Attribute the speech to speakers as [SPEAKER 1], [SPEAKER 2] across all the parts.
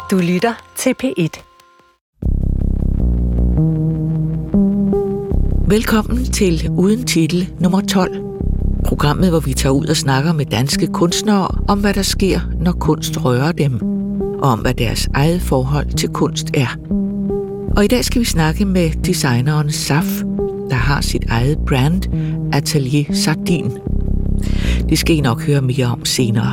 [SPEAKER 1] Du lytter til P1.
[SPEAKER 2] Velkommen til Uden Titel nummer 12. Programmet, hvor vi tager ud og snakker med danske kunstnere om, hvad der sker, når kunst rører dem, og om, hvad deres eget forhold til kunst er. Og i dag skal vi snakke med designeren Saf, der har sit eget brand, Atelier Sardin. Det skal I nok høre mere om senere.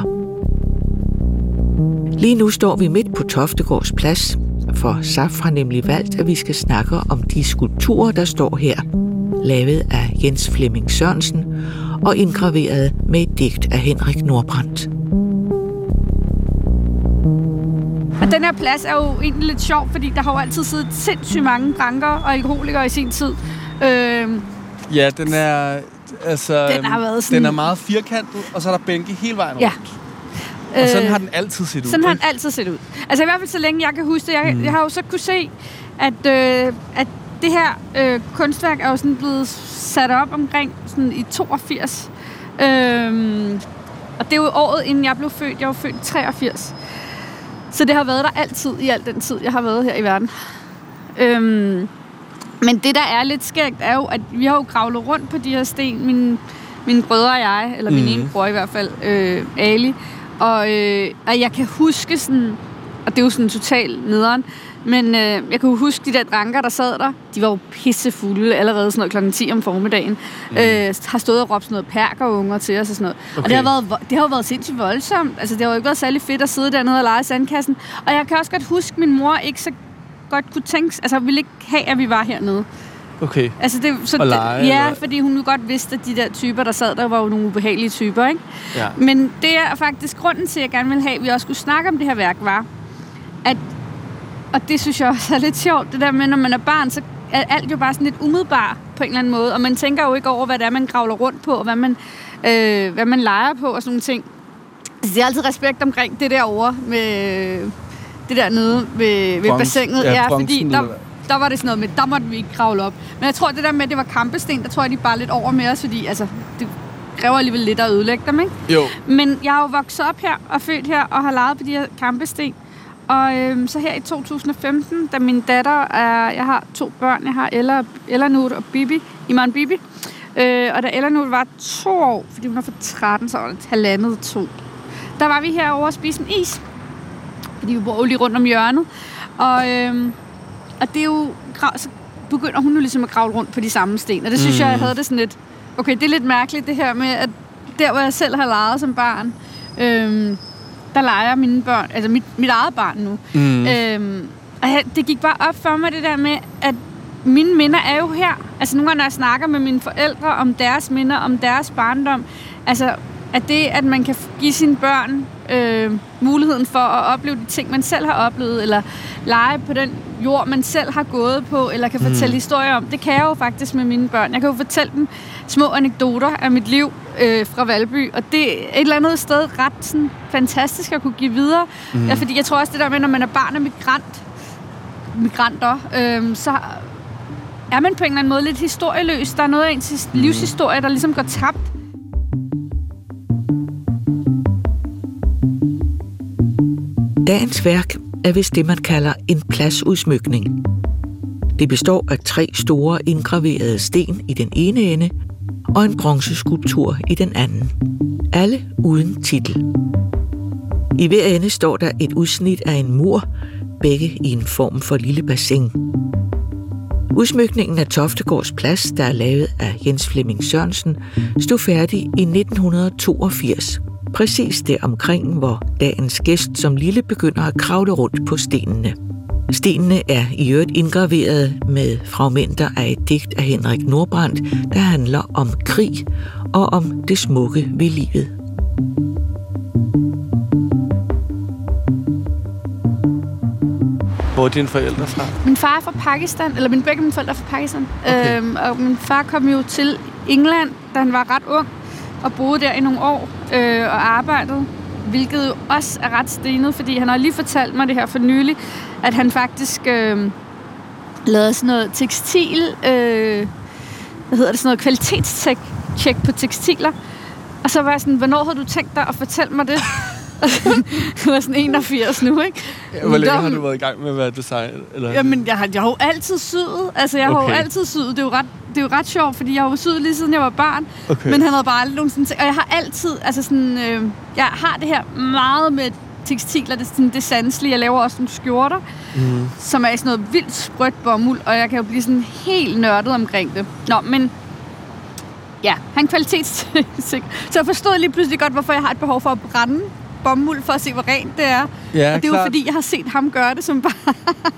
[SPEAKER 2] Lige nu står vi midt på Toftegårds Plads, for Saf har nemlig valgt, at vi skal snakke om de skulpturer, der står her, lavet af Jens Flemming Sørensen og indgraveret med et digt af Henrik Nordbrandt.
[SPEAKER 3] Og den her plads er jo egentlig lidt sjov, fordi der har jo altid siddet sindssygt mange dranker og alkoholikere i sin tid.
[SPEAKER 4] Ja, den er altså den er meget firkantet, og så er der bænke hele vejen rundt.
[SPEAKER 3] Ja.
[SPEAKER 4] Og sådan har den altid set ud.
[SPEAKER 3] Sådan har den altid set ud. Altså i hvert fald så længe jeg kan huske det. Jeg har jo så kunne se, at det her kunstværk er jo sådan blevet sat op omkring sådan i 82. Og det er jo året inden jeg blev født. Jeg var født i 83. Så det har været der altid i al den tid, jeg har været her i verden. Men det, der er lidt skægt, er jo, at vi har jo kravlet rundt på de her sten, mine brødre og jeg, eller min ene bror i hvert fald, Ali. Og jeg kan huske sådan, og det er jo sådan totalt nederen, men jeg kan huske de der dranker, der sad der, de var jo pissefulde allerede sådan noget klokken 10 om formiddagen. Har stået og råbt sådan noget perkerunger til os og sådan noget. Okay. Og det har jo været sindssygt voldsomt. Altså det har jo ikke været særlig fedt at sidde dernede og lege i sandkassen. Og jeg kan også godt huske, at min mor ikke så godt kunne tænke, altså ville ikke have, at vi var hernede.
[SPEAKER 4] Okay.
[SPEAKER 3] Altså det, så
[SPEAKER 4] og lege,
[SPEAKER 3] ja,
[SPEAKER 4] eller? Fordi
[SPEAKER 3] hun jo godt vidste, at de der typer, der sad der, var jo nogle ubehagelige typer, ikke? Ja. Men det er faktisk grunden til, at jeg gerne vil have, at vi også skulle snakke om det her værk, var, at, og det synes jeg også er lidt sjovt, det der med, når man er barn, så er alt jo bare sådan lidt umiddelbart på en eller anden måde, og man tænker jo ikke over, hvad det er, man kravler rundt på, og hvad man leger på, og sådan nogle ting. Altså, det er altid respekt omkring det derovre, med det der nede ved bassinet. Ja, fordi der var det sådan noget med, der måtte vi ikke kravle op. Men jeg tror, det der med, at det var kampesten, der tror jeg, de bare lidt over med os, fordi altså, det kræver alligevel lidt at ødelægge dem, ikke?
[SPEAKER 4] Jo. Men
[SPEAKER 3] jeg har jo vokset op her og født her og har leget på de her kampesten. Og så her i 2015, da min datter jeg har 2 børn, jeg har Ellanut og Bibi, Iman Bibi. Og da Ellanut var 2 år, fordi hun var for 13, så var det 1,5-2. Der var vi herovre og spise en is, fordi vi bor jo lige rundt om hjørnet. Og det er jo, så begynder hun jo ligesom at kravle rundt på de samme sten. Og det synes jeg havde det sådan lidt, okay, det er lidt mærkeligt det her med, at der hvor jeg selv har leget som barn, der leger mine børn, altså mit eget barn nu. Og det gik bare op for mig det der med, at mine minder er jo her. Altså nogle gange, når jeg snakker med mine forældre om deres minder, om deres barndom, altså at det, at man kan give sine børn muligheden for at opleve de ting, man selv har oplevet, eller lege på den jord, man selv har gået på, eller kan fortælle historier om, det kan jeg jo faktisk med mine børn. Jeg kan jo fortælle dem små anekdoter af mit liv fra Valby, og det er et eller andet sted ret sådan, fantastisk at kunne give videre. Ja, fordi jeg tror også det der med, når man er barn og migranter, så er man på en eller anden måde lidt historieløs. Der er noget af ens livshistorie, der ligesom går tabt.
[SPEAKER 2] Dagens værk er vist det, man kalder en pladsudsmykning. Det består af 3 store indgraverede sten i den ene ende og en bronzeskulptur i den anden. Alle uden titel. I hver ende står der et udsnit af en mur, begge i en form for lille bassin. Udsmykningen af Toftegårds Plads, der er lavet af Jens Flemming Sørensen, stod færdig i 1982. Præcis der omkring, hvor dagens gæst som lille begynder at kravle rundt på stenene. Stenene er i øvrigt indgraveret med fragmenter af et digt af Henrik Nordbrandt, der handler om krig og om det smukke ved livet.
[SPEAKER 4] Hvor er dine forældre fra?
[SPEAKER 3] Min far er fra Pakistan, eller begge mine forældre er fra Pakistan. Okay. Og min far kom jo til England, da han var ret ung, og boede der i nogle år og arbejdede, hvilket jo også er ret stenet, fordi han har lige fortalt mig det her for nylig, at han faktisk lavede sådan noget tekstil, sådan noget kvalitetstjek på tekstiler. Og så var jeg sådan, hvornår havde du tænkt dig at fortælle mig det? Det var sådan 81 nu, ikke?
[SPEAKER 4] Hvor længe har du været i gang med at være designer? Eller?
[SPEAKER 3] Jamen, jeg har jo altid syet. Altså, jeg har jo altid syet. Det er jo ret sjovt, fordi jeg har jo syet lige siden jeg var barn. Okay. Men han havde bare aldrig nogen sådan ting. Og jeg har altid, altså sådan, jeg har det her meget med tekstiler, det sanselige. Jeg laver også nogle skjorter, som er i sådan noget vildt sprødt bomuld, og jeg kan jo blive sådan helt nørdet omkring det. Nå, men ja, han kvalitetssikrer. Så jeg forstod lige pludselig godt, hvorfor jeg har et behov for at brænde bomuld, for at se, hvor rent det er.
[SPEAKER 4] Ja,
[SPEAKER 3] og det er jo fordi, jeg har set ham gøre det som barn.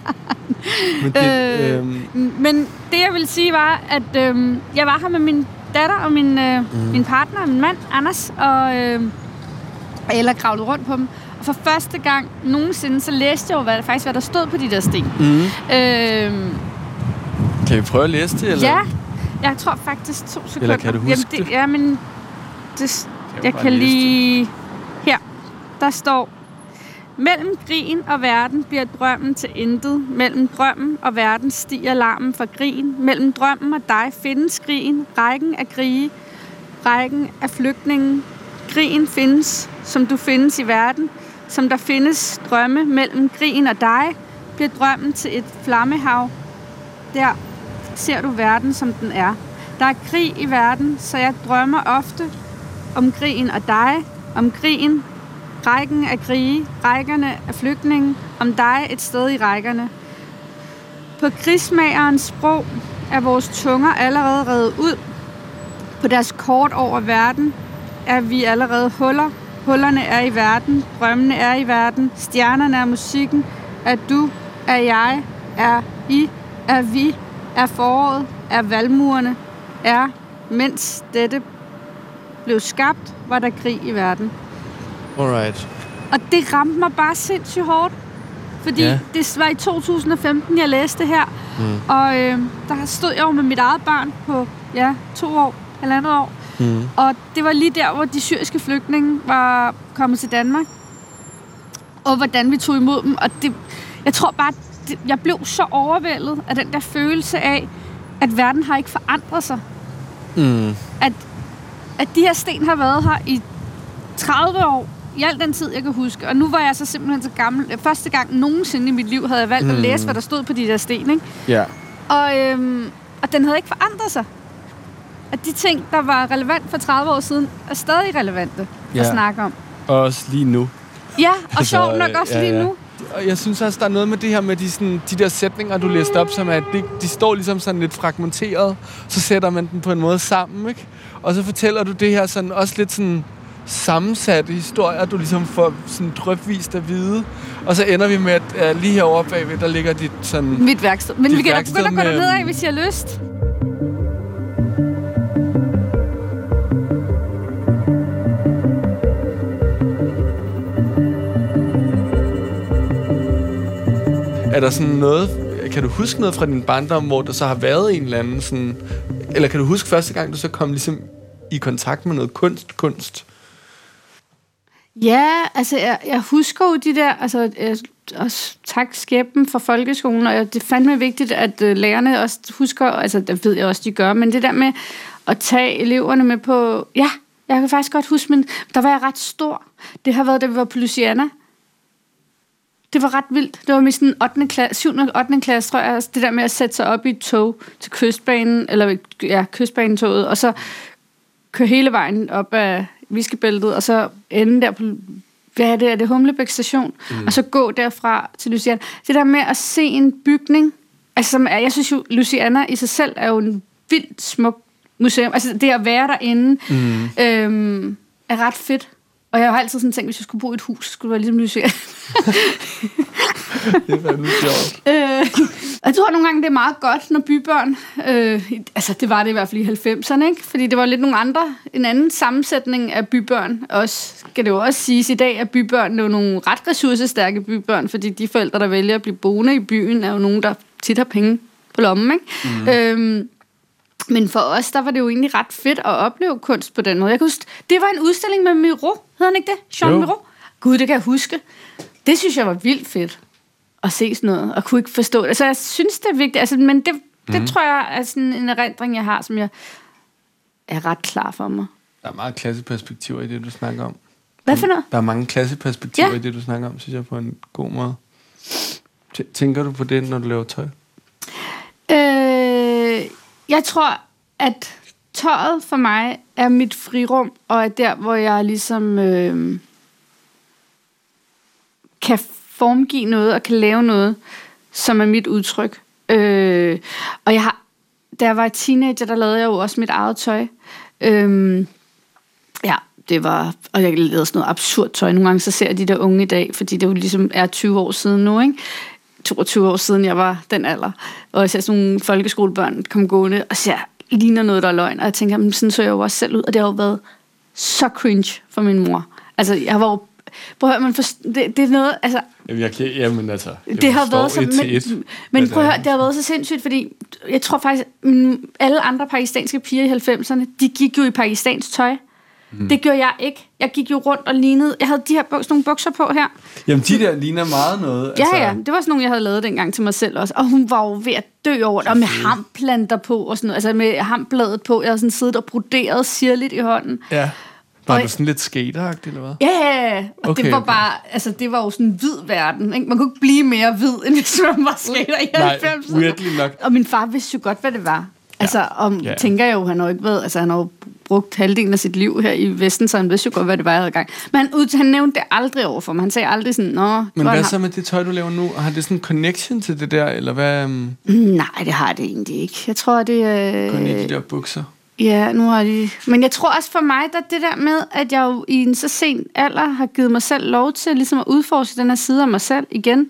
[SPEAKER 3] Men det, jeg ville sige, var, at jeg var her med min datter og min partner, min mand, Anders, og eller kravlede rundt på dem. Og for første gang nogensinde, så læste jeg jo hvad der stod på de der sten.
[SPEAKER 4] Kan vi prøve at læse det? Eller?
[SPEAKER 3] Ja, jeg tror faktisk 2 sekunder.
[SPEAKER 4] Eller kan du huske det?
[SPEAKER 3] Jamen, jeg kan lige... Her, der står... Mellem grin og verden bliver drømmen til intet. Mellem drømmen og verden stiger larmen fra grin. Mellem drømmen og dig findes grin. Rækken af krige. Rækken af flygtninge. Grin findes, som du findes i verden. Som der findes drømme mellem grin og dig, bliver drømmen til et flammehav. Der ser du verden, som den er. Der er krig i verden, så jeg drømmer ofte om grin og dig. Om grin, rækken af krige, rækkerne af flygtninge, om dig et sted i rækkerne. På krigsmagerens sprog er vores tunger allerede revet ud. På deres kort over verden er vi allerede huller. Hullerne er i verden, drømmene er i verden, stjernerne er musikken, er du, er jeg, er I, er vi, er foråret, er valmurene, er, mens dette blev skabt, var der krig i verden.
[SPEAKER 4] Alright.
[SPEAKER 3] Og det ramte mig bare sindssygt hårdt, fordi det var i 2015, jeg læste det her, og der stod jeg jo med mit eget barn på 2 år, 1,5 år, og det var lige der, hvor de syriske flygtninge var kommet til Danmark, og hvordan vi tog imod dem, og det, jeg tror bare, jeg blev så overvældet af den der følelse af, at verden har ikke forandret sig. At de her sten har været her i 30 år, i al den tid, jeg kan huske. Og nu var jeg så simpelthen så gammel. Første gang nogensinde i mit liv havde jeg valgt at læse, hvad der stod på de der sten, ikke?
[SPEAKER 4] Ja.
[SPEAKER 3] Og den havde ikke forandret sig. At de ting, der var relevant for 30 år siden, er stadig relevante at snakke om.
[SPEAKER 4] Og også lige nu.
[SPEAKER 3] Ja, og sjovt nok også lige nu.
[SPEAKER 4] Og jeg synes også, der er noget med det her med de der sætninger, du læste op, som er, de står ligesom sådan lidt fragmenteret. Så sætter man den på en måde sammen, ikke? Og så fortæller du det her sådan også lidt sådan sammensatte historier, du ligesom får sådan drypvist at vide. Og så ender vi med, at lige herovre bagved, der ligger dit sådan...
[SPEAKER 3] Mit værksted. Men vi kan da begynde at gå derned af, hvis jeg har lyst.
[SPEAKER 4] Er der sådan noget... Kan du huske noget fra din barndom, hvor der så har været en eller anden sådan... Eller kan du huske første gang, du så kom ligesom i kontakt med noget kunst?
[SPEAKER 3] Ja, altså jeg husker jo de der, altså også tak skæbnen for folkeskolen, og det er fandme vigtigt, at lærerne også husker, altså det ved jeg også, de gør, men det der med at tage eleverne med på, ja, jeg kan faktisk godt huske, men der var jeg ret stor. Det har været, da vi var på Louisiana. Det var ret vildt. Det var med sådan 7. og 8. klasse, tror jeg, altså det der med at sætte sig op i et tog til kystbanen, eller kystbanetoget, og så køre hele vejen op af Viskebæltet, og så ende der på, hvad er det Humlebæk station, og så gå derfra til Louisiana. Det der med at se en bygning, altså som er, jeg synes jo, Louisiana i sig selv er jo en vildt smuk museum. Altså det at være derinde er ret fedt. Og jeg har altid sådan tænkt, hvis jeg skulle bo i et hus, så skulle det være ligesom Louisiana.
[SPEAKER 4] Det er fandme sjovt.
[SPEAKER 3] Jeg tror nogle gange, det er meget godt, når bybørn... altså, det var det i hvert fald i 90'erne, ikke? Fordi det var lidt en anden sammensætning af bybørn. Også, skal det jo også siges i dag, at bybørn er jo nogle ret ressourcestærke bybørn, fordi de forældre, der vælger at blive boende i byen, er jo nogen, der tit har penge på lommen, ikke? Men for os, der var det jo egentlig ret fedt at opleve kunst på den måde. Jeg kan huske, det var en udstilling med Miro, hedder han ikke det? Jean Miro. Gud, det kan jeg huske. Det synes jeg var vildt fedt at se sådan noget, og kunne ikke forstå det. Altså, jeg synes, det er vigtigt, altså, men det tror jeg er sådan en erindring, jeg har, som jeg er ret klar for mig.
[SPEAKER 4] Der er meget klasseperspektiver i det, du snakker om.
[SPEAKER 3] Hvad for noget?
[SPEAKER 4] Der er mange klasseperspektiver i det, du snakker om, synes jeg, på en god måde. Tænker du på det, når du laver tøj?
[SPEAKER 3] Jeg tror, at tøjet for mig er mit frirum, og er der, hvor jeg ligesom kan formgive noget, og kan lave noget, som er mit udtryk. Og da jeg var teenager, der lavede jeg jo også mit eget tøj. Det var, og jeg lavede sådan noget absurd tøj. Nogle gange så ser jeg de der unge i dag, fordi det jo ligesom er 20 år siden nu, ikke? 22 år siden, jeg var den alder. Og jeg ser sådan nogle folkeskolebørn komme gående, og ser, ligner noget, der er løgn. Og jeg tænker, men sådan så jeg jo også selv ud. Og det har jo været så cringe for min mor. Altså, jeg var jo... Prøv at høre, det er noget... Altså, det har været så... Men prøv at høre, det har været så sindssygt, fordi jeg tror faktisk, alle andre pakistanske piger i 90'erne, de gik jo i pakistansk tøj. Det gjorde jeg ikke. Jeg gik jo rundt og lignede... Jeg havde de her sådan nogle bukser på her.
[SPEAKER 4] Jamen, de der ligner meget noget.
[SPEAKER 3] Ja, det var sådan nogle, jeg havde lavet dengang til mig selv også. Og hun var jo ved at dø over det. Og med hamplanter på og sådan noget. Altså med hampbladet på. Jeg havde sådan siddet og broderet sirligt i hånden.
[SPEAKER 4] Ja. Var du sådan lidt skateragtig, eller hvad?
[SPEAKER 3] Ja, og okay, det var bare... Altså, det var jo sådan en hvid verden, ikke? Man kunne ikke blive mere hvid, end hvis man var skater i 90'erne.
[SPEAKER 4] Nej, virkelig nok.
[SPEAKER 3] Og min far vidste jo godt, hvad det var. Altså, tænker jeg jo, han har jo ikke været... Altså, han har jo brugt halvdelen af sit liv her i Vesten, så han vidste jo godt, hvad det var, jeg havde gang. Men han nævnte det aldrig over for mig. Han sagde aldrig sådan, nå...
[SPEAKER 4] Men hvad så med det tøj, du laver nu? Har det sådan en connection til det der, eller hvad?
[SPEAKER 3] Nej, det har det egentlig ikke. Jeg tror, det er...
[SPEAKER 4] Kun i de der bukser.
[SPEAKER 3] Ja, nu har de... Men jeg tror også for mig, der det der med, at jeg jo i en så sen alder har givet mig selv lov til ligesom at udforske den her side af mig selv igen.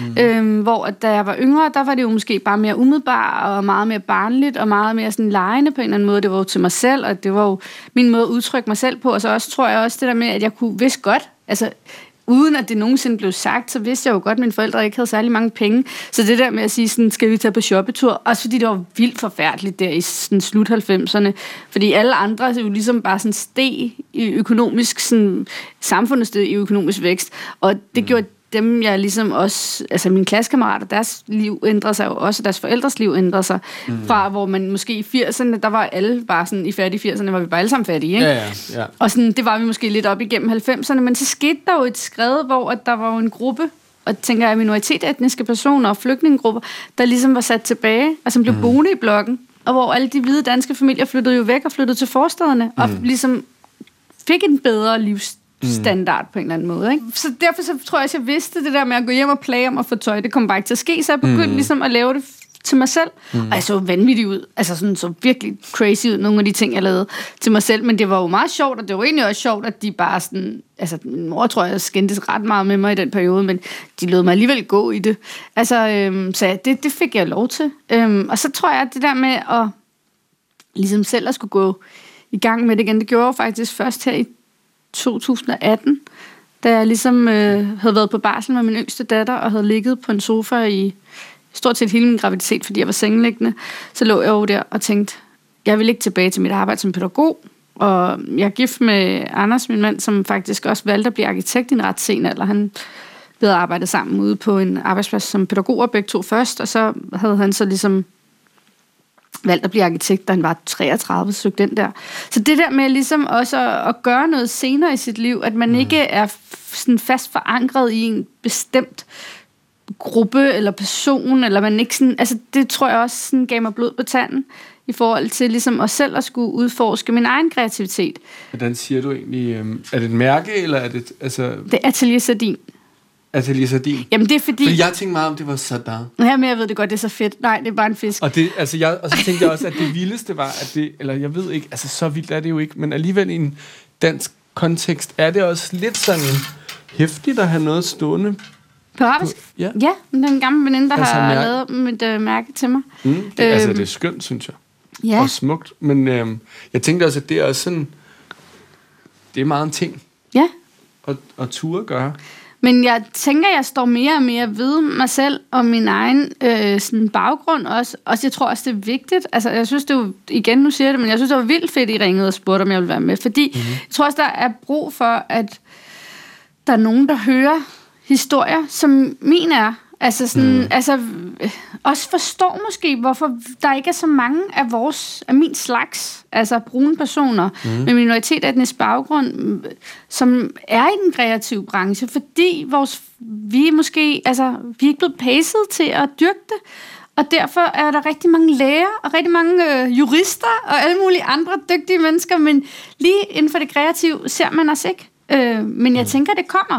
[SPEAKER 3] Hvor at da jeg var yngre, der var det jo måske bare mere umiddelbart og meget mere barnligt og meget mere sådan legende på en eller anden måde. Det var jo til mig selv, og det var jo min måde at udtrykke mig selv på. Og så også tror jeg også det der med, at jeg kunne vidste godt, altså... Uden at det nogensinde blev sagt, så vidste jeg jo godt, at mine forældre ikke havde særlig mange penge. Så det der med at sige, sådan, skal vi tage på shoppetur? Også fordi det var vildt forfærdeligt der i sådan, slut 90'erne. Fordi alle andre jo ligesom bare sådan steg i økonomisk, sådan, samfundet steg i økonomisk vækst. Og det gjorde dem, jeg ligesom også, altså mine klassekammerater, deres liv ændrede sig jo også, og deres forældres liv ændrede sig. Fra hvor man måske i 80'erne, der var alle bare sådan, i fattige 80'erne var vi bare alle sammen fattige, ikke?
[SPEAKER 4] Ja.
[SPEAKER 3] Og sådan, det var vi måske lidt op igennem 90'erne, men så skete der jo et skred, hvor at der var jo en gruppe, og tænker jeg, minoritetsetniske personer og flygtningegrupper, der ligesom var sat tilbage, og som blev boende i blokken, og hvor alle de hvide danske familier flyttede jo væk og flyttede til forstederne, og ligesom fik en bedre livsstandard på en eller anden måde, ikke? Så derfor så tror jeg, at jeg vidste det der med at gå hjem og plage om at få tøj, det kom bare ikke til at ske, så jeg begyndte ligesom at lave det til mig selv, og jeg så vanvittigt ud, altså sådan så virkelig crazy ud, nogle af de ting, jeg lavede til mig selv, men det var jo meget sjovt, og det var egentlig også sjovt, at de bare sådan, altså min mor tror jeg skændtes ret meget med mig i den periode, men de lod mig alligevel gå i det, altså, så det fik jeg lov til, og så tror jeg, at det der med at ligesom selv at skulle gå i gang med det igen, det gjorde jeg faktisk først her i 2018, da jeg ligesom havde været på barsel med min yngste datter, og havde ligget på en sofa i stort set hele min graviditet, fordi jeg var sengeliggende, så lå jeg jo der og tænkte, jeg vil ikke tilbage til mit arbejde som pædagog, og jeg er gift med Anders, min mand, som faktisk også valgte at blive arkitekt i en ret sen alder. Han havde arbejdet sammen ude på en arbejdsplads som pædagoger, begge to først, og så havde han så ligesom valgt at blive arkitekt, da han var 33, så søgte den der. Så det der med ligesom også at gøre noget senere i sit liv, at man ikke er sådan fast forankret i en bestemt gruppe eller person, eller man ikke sådan, altså det tror jeg også sådan gav mig blod på tanden, i forhold til ligesom at selv at skulle udforske min egen kreativitet.
[SPEAKER 4] Hvordan siger du egentlig, er det et mærke, eller er det, altså...
[SPEAKER 3] Det er Atelier Sardin.
[SPEAKER 4] Atelier Sardin?
[SPEAKER 3] Jamen det er fordi
[SPEAKER 4] jeg tænkte meget om, det var Sardin.
[SPEAKER 3] Ja, men jeg ved det godt, det er så fedt. Nej, det er bare en fisk.
[SPEAKER 4] Og, og så tænkte jeg også, at det vildeste var, at det, eller jeg ved ikke, altså så vildt er det jo ikke, men alligevel i en dansk kontekst, er det også lidt sådan hæftigt at have noget stående
[SPEAKER 3] på arbejde? Ja, den gamle veninde, der har lavet mit mærke til mig.
[SPEAKER 4] Det er skønt, synes jeg.
[SPEAKER 3] Ja.
[SPEAKER 4] Og smukt. Men jeg tænkte også, at det er også sådan, det er meget en ting.
[SPEAKER 3] Ja.
[SPEAKER 4] At ture gøre.
[SPEAKER 3] Men jeg tænker, jeg står mere og mere ved mig selv og min egen sådan baggrund også. Og jeg tror også, det er vigtigt. Altså, jeg synes, det var, igen, nu siger jeg det, men jeg synes, det var vildt fedt, I ringede og spurgte, om jeg ville være med. Fordi jeg tror også, der er brug for, at der er nogen, der hører historier, som min er. Altså sådan, altså, også forstår måske, hvorfor der ikke er så mange af min slags, altså brune personer med minoritetsetnisk baggrund, som er i den kreative branche, fordi vi er ikke blevet pacet til at dyrke det, og derfor er der rigtig mange læger og rigtig mange jurister og alle mulige andre dygtige mennesker, men lige inden for det kreative ser man os ikke. Men jeg tænker, det kommer.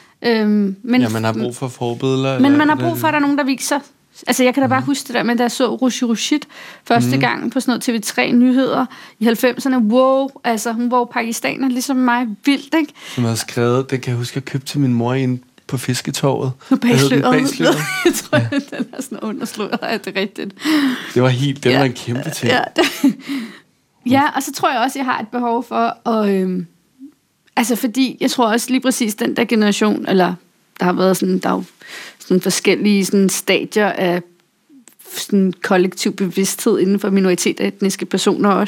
[SPEAKER 4] Man har brug for forbilleder.
[SPEAKER 3] Men man har brug for, at der er nogen, der viser. Altså, jeg kan da bare huske det der med, da jeg så Rushi Rashid første gang på sådan noget TV3-nyheder i 90'erne. Wow, altså, hun var jo pakistaner, ligesom mig, vildt, ikke?
[SPEAKER 4] Som havde skrevet, det kan jeg huske, jeg købte til min mor ind på Fisketorvet.
[SPEAKER 3] Bagsløret. Jeg tror, den er sådan underslået, er det rigtigt?
[SPEAKER 4] Det var en kæmpe ting.
[SPEAKER 3] Ja, og så tror jeg også, jeg har et behov for at... fordi jeg tror også lige præcis den der generation, eller der har været sådan, der er jo sådan forskellige sådan stadier af sådan kollektiv bevidsthed inden for minoritetsetniske personer også.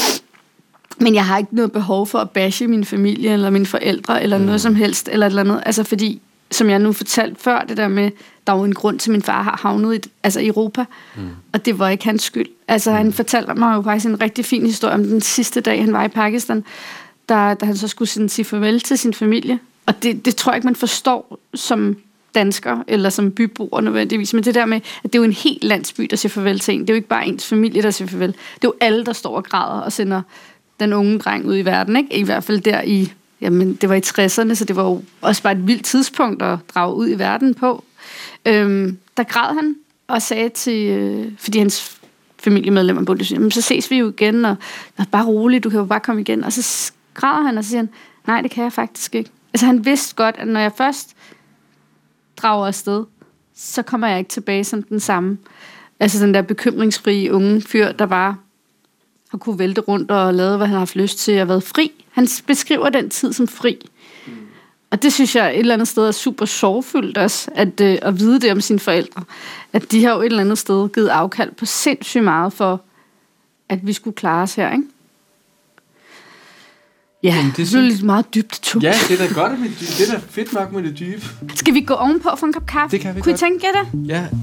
[SPEAKER 3] Men jeg har ikke noget behov for at bashe min familie, eller mine forældre, eller noget som helst, eller et eller andet. Altså fordi, som jeg nu fortalte før, det der med, der er jo en grund til, at min far har havnet i Europa, og det var ikke hans skyld. Altså han fortalte mig jo faktisk en rigtig fin historie om den sidste dag, han var i Pakistan, da han så skulle sige farvel til sin familie. Og det tror jeg ikke, man forstår som dansker, eller som byboer nødvendigvis. Men det der med, at det er jo en hel landsby, der siger farvel til en. Det er jo ikke bare ens familie, der siger farvel. Det er jo alle, der står og græder og sender den unge dreng ud i verden, ikke? I hvert fald der det var i 60'erne, så det var jo også bare et vildt tidspunkt at drage ud i verden på. Der græd han og sagde til, fordi hans familiemedlemmer bodde, så ses vi jo igen, og bare roligt, du kan jo bare komme igen. Og så græder han, og så siger han, nej, det kan jeg faktisk ikke. Altså han vidste godt, at når jeg først drager afsted, så kommer jeg ikke tilbage som den samme. Altså den der bekymringsfrie unge fyr, der bare har kunne vælte rundt og lave, hvad han har haft lyst til, og været fri. Han beskriver den tid som fri. Og det synes jeg et eller andet sted er super sorgfuldt også, at vide det om sine forældre. At de har jo et eller andet sted givet afkald på sindssygt meget for, at vi skulle klare os her, ikke? Ja, det er lidt meget dybt, to.
[SPEAKER 4] Ja, det er da godt, det er da fedt nok med det dybe.
[SPEAKER 3] Skal vi gå ovenpå for en kop kaffe?
[SPEAKER 4] Det kan vi
[SPEAKER 3] Kunne
[SPEAKER 4] godt.
[SPEAKER 3] I tænke jer det?
[SPEAKER 4] Ja.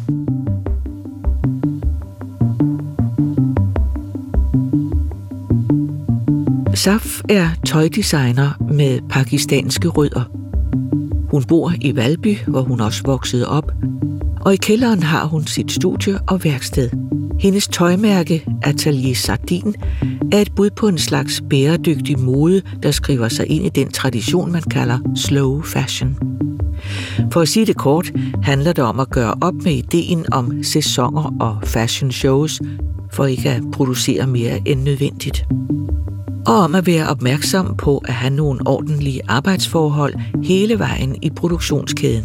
[SPEAKER 2] Saf er tøjdesigner med pakistanske rødder. Hun bor i Valby, hvor hun også voksede op, og i kælderen har hun sit studie og værksted. Hendes tøjmærke, Atelier Sardin, er et bud på en slags bæredygtig mode, der skriver sig ind i den tradition, man kalder slow fashion. For at sige det kort, handler det om at gøre op med ideen om sæsoner og fashion shows, for ikke at producere mere end nødvendigt. Og om at være opmærksom på at have nogle ordentlige arbejdsforhold hele vejen i produktionskæden.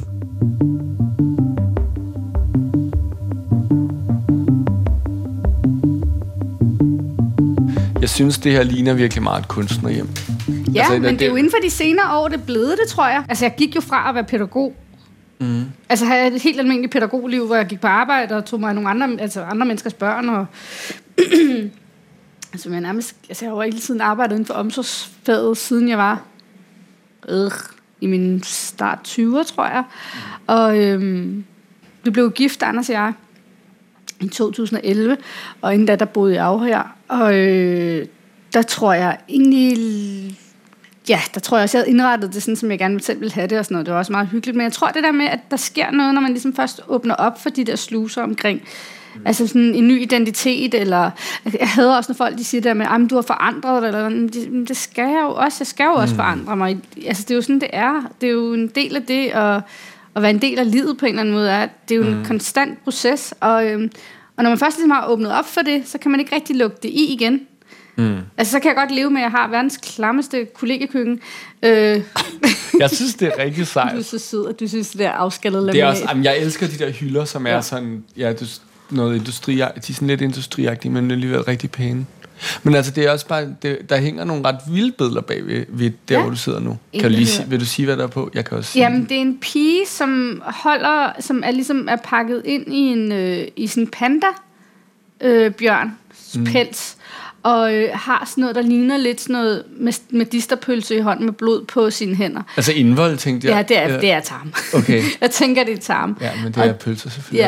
[SPEAKER 4] Jeg synes, det her ligner virkelig meget et kunstnerhjem.
[SPEAKER 3] Ja, altså, men det er jo inden for de senere år, det er blevet det, tror jeg. Altså, jeg gik jo fra at være pædagog. Altså, have et helt almindeligt pædagogliv, hvor jeg gik på arbejde og tog mig nogle andre menneskers børn. Og altså, jeg har jo hele tiden arbejdet inden for omsorgsfaget, siden jeg var i min start 20'er, tror jeg. Og vi blev gift, Anders og jeg, i 2011, og inden da, der boede jeg jo her. Og der tror jeg egentlig... Ja, der tror jeg også, jeg havde indrettet det sådan, som jeg gerne selv ville have det og sådan noget. Det var også meget hyggeligt. Men jeg tror, det der med, at der sker noget, når man ligesom først åbner op for de der sluser omkring... Altså sådan en ny identitet, eller... Jeg hader også, når folk de siger der med, at du har forandret dig, eller det skal jeg jo også. Jeg skal jo også forandre mig. Altså, det er jo sådan, det er. Det er jo en del af det, at være en del af livet på en eller anden måde. Det er jo en konstant proces, og når man først ligesom har åbnet op for det, så kan man ikke rigtig lukke det i igen. Altså, så kan jeg godt leve med, at jeg har verdens klammeste kollegekøkken.
[SPEAKER 4] Jeg synes, det er rigtig sejt.
[SPEAKER 3] Du er så sød, at du synes, det er afskaldet
[SPEAKER 4] laminat. Det er også, jeg elsker de der hylder, som er sådan, noget industriagtigt. De er sådan lidt industriagtige, men alligevel rigtig pæne. Men altså, det er også bare, der hænger nogle ret vilde billeder bag ved der, hvor du sidder nu. Vil du sige, hvad der er på? Jeg kan også sige.
[SPEAKER 3] Jamen, det er en pige, som er ligesom er pakket ind i sådan en panda bjørn pels. Og har sådan noget, der ligner lidt sådan noget med disterpølse i hånden med blod på sine hænder.
[SPEAKER 4] Altså indvold, tænkte jeg.
[SPEAKER 3] Ja, det er tarm.
[SPEAKER 4] Okay.
[SPEAKER 3] Jeg tænker, det er tarm.
[SPEAKER 4] Ja, men det er pølser selvfølgelig også.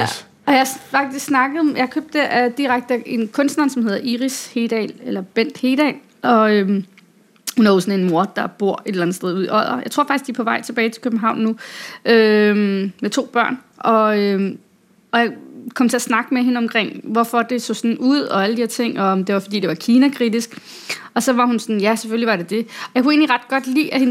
[SPEAKER 3] Og jeg faktisk jeg købte direkte en kunstner, som hedder Iris Hedal, eller Bent Hedal, og hun er jo sådan en mor, der bor et eller andet sted ude i Odder. Jeg tror faktisk, de er på vej tilbage til København nu, med 2 børn, og jeg kom til at snakke med hende omkring, hvorfor det så sådan ud, og alle de her ting, og om det var, fordi det var Kina-kritisk. Og så var hun sådan, ja, selvfølgelig var det det. Og jeg kunne egentlig ret godt lide, at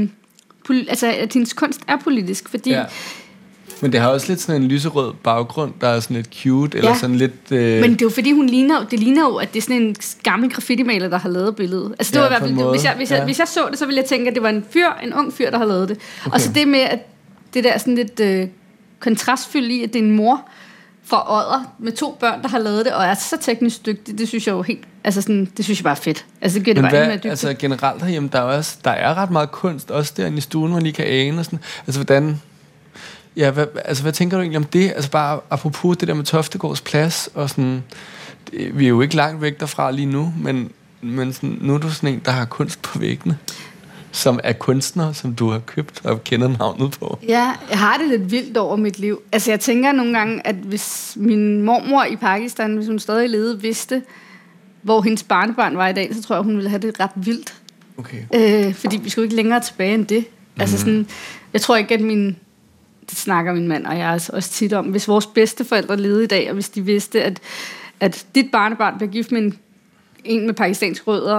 [SPEAKER 3] hendes kunst er politisk, fordi... Ja.
[SPEAKER 4] Men det har også lidt sådan en lyserød baggrund, der er sådan lidt cute, eller sådan lidt... Men
[SPEAKER 3] det er jo fordi, det ligner jo, at det er sådan en gammel graffiti-maler, der har lavet billedet. Altså det var i hvert fald, hvis jeg så det, så ville jeg tænke, at det var en ung fyr, der har lavet det. Okay. Og så det med, at det der sådan lidt kontrastfyldt i, at det er en mor fra Odder med 2 børn, der har lavet det, og er så teknisk dygtig, det synes jeg jo helt... Altså sådan, det synes jeg bare er fedt. Altså det gør det bare endnu mere dygtigt. Altså
[SPEAKER 4] generelt herhjemme, der er ret meget kunst, også derinde i stuen, man lige kan ane og sådan. Altså hvordan... Ja, hvad tænker du egentlig om det? Altså bare apropos det der med Toftegårds Plads, og sådan, vi er jo ikke langt væk derfra lige nu, men sådan, nu er du sådan en, der har kunst på væggene, som er kunstner, som du har købt og kender navnet på.
[SPEAKER 3] Ja, jeg har det lidt vildt over mit liv. Altså jeg tænker nogle gange, at hvis min mormor i Pakistan, hvis hun stadig levede, vidste, hvor hendes barnebarn var i dag, så tror jeg, hun ville have det ret vildt.
[SPEAKER 4] Okay.
[SPEAKER 3] Fordi vi skulle ikke længere tilbage end det. Altså sådan, jeg tror ikke, at det snakker min mand og jeg også tit om. Hvis vores bedsteforældre levede i dag, og hvis de vidste, at dit barnebarn bliver gift med en med pakistanske rødder,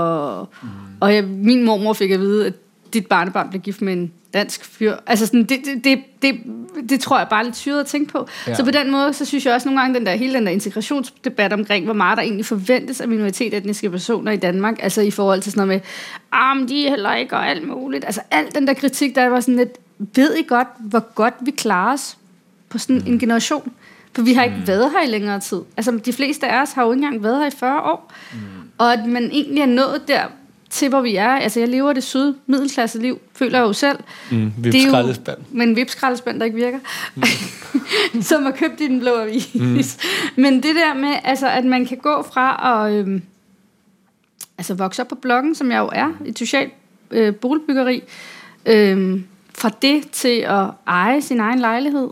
[SPEAKER 3] og min mormor fik at vide, at dit barnebarn bliver gift med en dansk fyr. Altså sådan, det tror jeg bare er lidt syret at tænke på. Ja. Så på den måde, så synes jeg også nogle gange, hele den der integrationsdebat omkring, hvor meget der egentlig forventes af minoritetsetniske personer i Danmark, altså i forhold til sådan noget med, de er heller ikke, og alt muligt. Altså alt den der kritik, der var sådan lidt, ved I godt, hvor godt vi klarer os på sådan en generation? For vi har ikke været her i længere tid. Altså de fleste af os har jo ikke engang været her i 40 år. Og at man egentlig er nået der til, hvor vi er. Altså jeg lever det søde middelklasseliv, føler jeg jo selv.
[SPEAKER 4] Vipskraldespand.
[SPEAKER 3] Men en vipskraldespand, der ikke virker. Som har købt i Den Blå Avis. Men det der med, altså, at man kan gå fra at vokse op på bloggen, som jeg jo er, et socialt boligbyggeri, fra det til at eje sin egen lejlighed,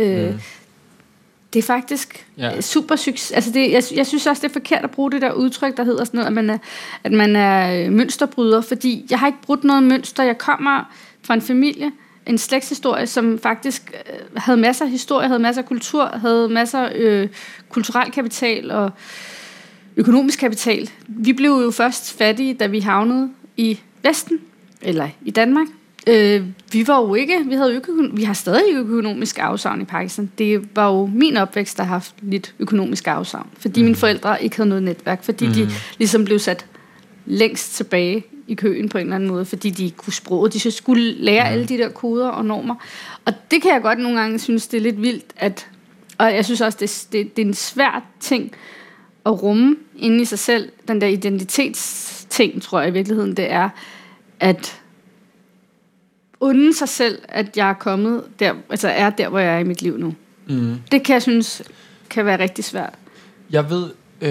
[SPEAKER 3] det er faktisk super succes. Altså jeg synes også, det er forkert at bruge det der udtryk, der hedder sådan noget, at man er mønsterbryder, fordi jeg har ikke brudt noget mønster. Jeg kommer fra en familie, en slægtshistorie, som faktisk havde masser af historie, havde masser af kultur, havde masser af kulturel kapital og økonomisk kapital. Vi blev jo først fattige, da vi havnede i Vesten, eller i Danmark. Vi var jo ikke, vi har stadig økonomisk afsavn i Pakistan. Det var jo min opvækst, der har haft lidt økonomisk afsavn, fordi mine forældre ikke havde noget netværk, fordi de ligesom blev sat længst tilbage i køen på en eller anden måde, fordi de kunne sproget, de skulle lære alle de der koder og normer. Og det kan jeg godt nogle gange synes, det er lidt vildt, og jeg synes også, det er en svær ting at rumme inde i sig selv. Den der identitetsting, tror jeg i virkeligheden, det er, at unde sig selv, at jeg er kommet der, altså er der, hvor jeg er i mit liv nu. Det kan jeg synes, kan være rigtig svært.
[SPEAKER 4] Jeg ved,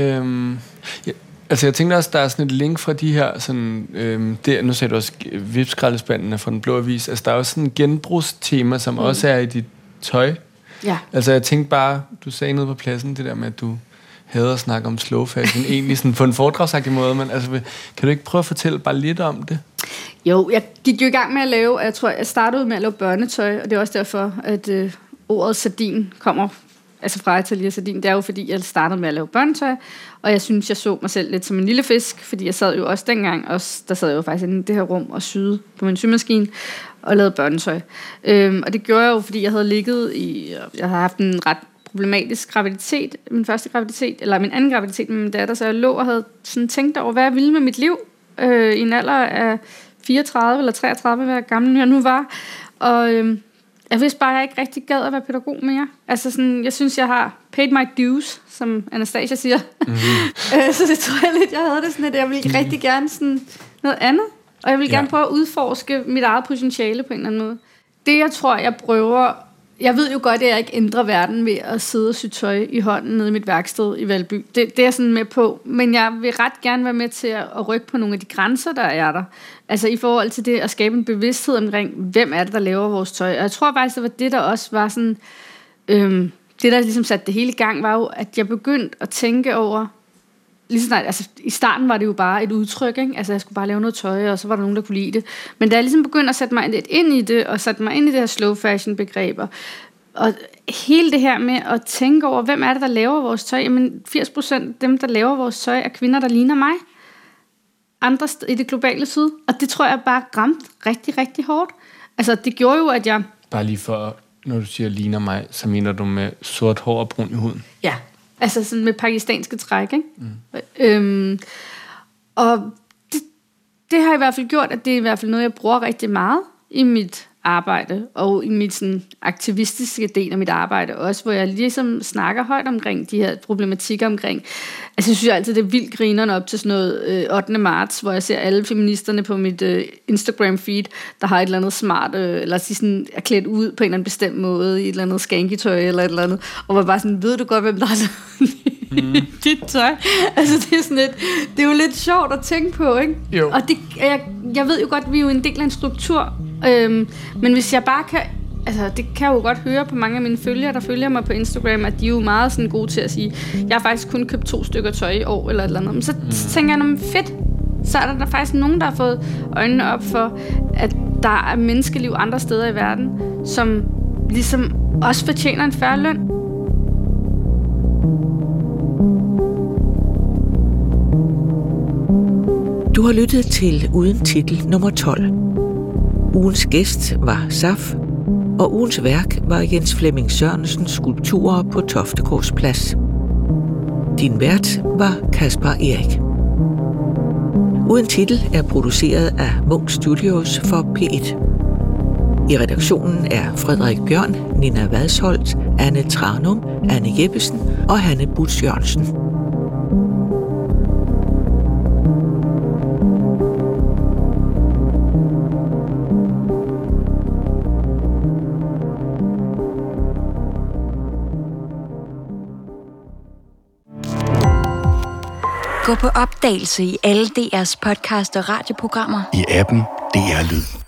[SPEAKER 4] jeg tænker også, der er sådan et link fra de her, sådan, nu sagde du også vipskraldespandene fra Den Blå Avis, altså der er også sådan en genbrugstema, som også er i dit tøj.
[SPEAKER 3] Ja.
[SPEAKER 4] Altså jeg tænkte bare, du sagde noget på pladsen, det der med, at du hader at snakke om slow fashion, egentlig sådan på en foredragsagtig måde, men altså, kan du ikke prøve at fortælle bare lidt om det?
[SPEAKER 3] Jo, jeg gik jo i gang med at lave, jeg startede med at lave børnetøj, og det er også derfor, at ordet sardin kommer fra Atelier Sardin. Det er jo fordi, jeg startede med at lave børnetøj, og jeg synes, jeg så mig selv lidt som en lille fisk, fordi jeg sad jo også dengang, der sad jeg jo faktisk inde i det her rum og syede på min symaskine og lavede børnetøj. Og det gjorde jeg jo, fordi jeg havde ligget jeg havde haft en ret problematisk graviditet, min første graviditet, eller min anden graviditet med min datter, så jeg lå og havde sådan tænkt over, hvad jeg ville med mit liv i en alder af 34 eller 33, hvad gammel jeg nu var. Og jeg vidste bare, at jeg ikke rigtig gad at være pædagog mere. Altså sådan, jeg synes, jeg har paid my dues, som Anastasia siger. Så det tror jeg lidt, jeg havde det sådan, at jeg ville rigtig gerne sådan noget andet. Og jeg ville gerne prøve at udforske mit eget potentiale på en eller anden måde. Det, jeg tror, jeg prøver... Jeg ved jo godt, at jeg ikke ændrer verden ved at sidde og sy tøj i hånden nede i mit værksted i Valby. Det er jeg sådan med på. Men jeg vil ret gerne være med til at rykke på nogle af de grænser, der er der. Altså i forhold til det at skabe en bevidsthed omkring, hvem er det, der laver vores tøj. Og jeg tror faktisk, det var det, der også var sådan det, der ligesom satte det hele i gang, var jo, at jeg begyndte at tænke over, lige snart, altså i starten var det jo bare et udtryk, ikke? Altså jeg skulle bare lave noget tøj, og så var der nogen, der kunne lide det. Men da jeg ligesom begyndte at sætte mig lidt ind i det, og sætte mig ind i det her slow fashion begreber, og hele det her med at tænke over, hvem er det, der laver vores tøj? Jamen 80% af dem, der laver vores tøj, er kvinder, der ligner mig. Andre i det globale syd. Og det tror jeg bare ramte rigtig, rigtig hårdt. Altså det gjorde jo, at jeg...
[SPEAKER 4] Bare lige for, når du siger ligner mig, så mener du med sort hår og brun i huden?
[SPEAKER 3] Ja, altså sådan med pakistanske træk, ikke? Og det har i hvert fald gjort, at det er i hvert fald noget, jeg bruger rigtig meget i mit arbejde, og i mit sådan aktivistiske del af mit arbejde også, hvor jeg ligesom snakker højt omkring de her problematikker omkring. Altså jeg synes altid, det er vildt grinerne op til sådan noget 8. marts, hvor jeg ser alle feministerne på mit Instagram feed, der har et eller andet smart, eller de sådan er klædt ud på en eller anden bestemt måde, i et eller andet skanky-tøj eller et eller andet, og var bare sådan, ved du godt, hvem der har dit tøj? Altså det er sådan lidt, det er jo lidt sjovt at tænke på, ikke?
[SPEAKER 4] Jo.
[SPEAKER 3] Og det, jeg ved jo godt, vi er jo en del af en struktur, men hvis jeg bare kan, altså det kan jeg jo godt høre på mange af mine følgere, der følger mig på Instagram, at de er jo meget sådan gode til at sige, jeg har faktisk kun købt 2 stykker tøj i år, eller et eller andet. Men så tænker jeg, fedt, så er der faktisk nogen, der har fået øjnene op for, at der er menneskeliv andre steder i verden, som ligesom også fortjener en fair løn.
[SPEAKER 2] Du har lyttet til Uden titel nummer 12. Ugens gæst var Saf, og ugens værk var Jens Flemming Sørensens skulpturer på Toftegårds Plads. Din vært var Kasper Erik. Uden titel er produceret af Munk Studios for P1. I redaktionen er Frederik Bjørn, Nina Vadsholt, Anne Tranum, Anne Jeppesen og Hanne Busch Jørgensen.
[SPEAKER 1] Gå på opdagelse i alle DR's podcast og radioprogrammer.
[SPEAKER 5] I appen DR Lyd.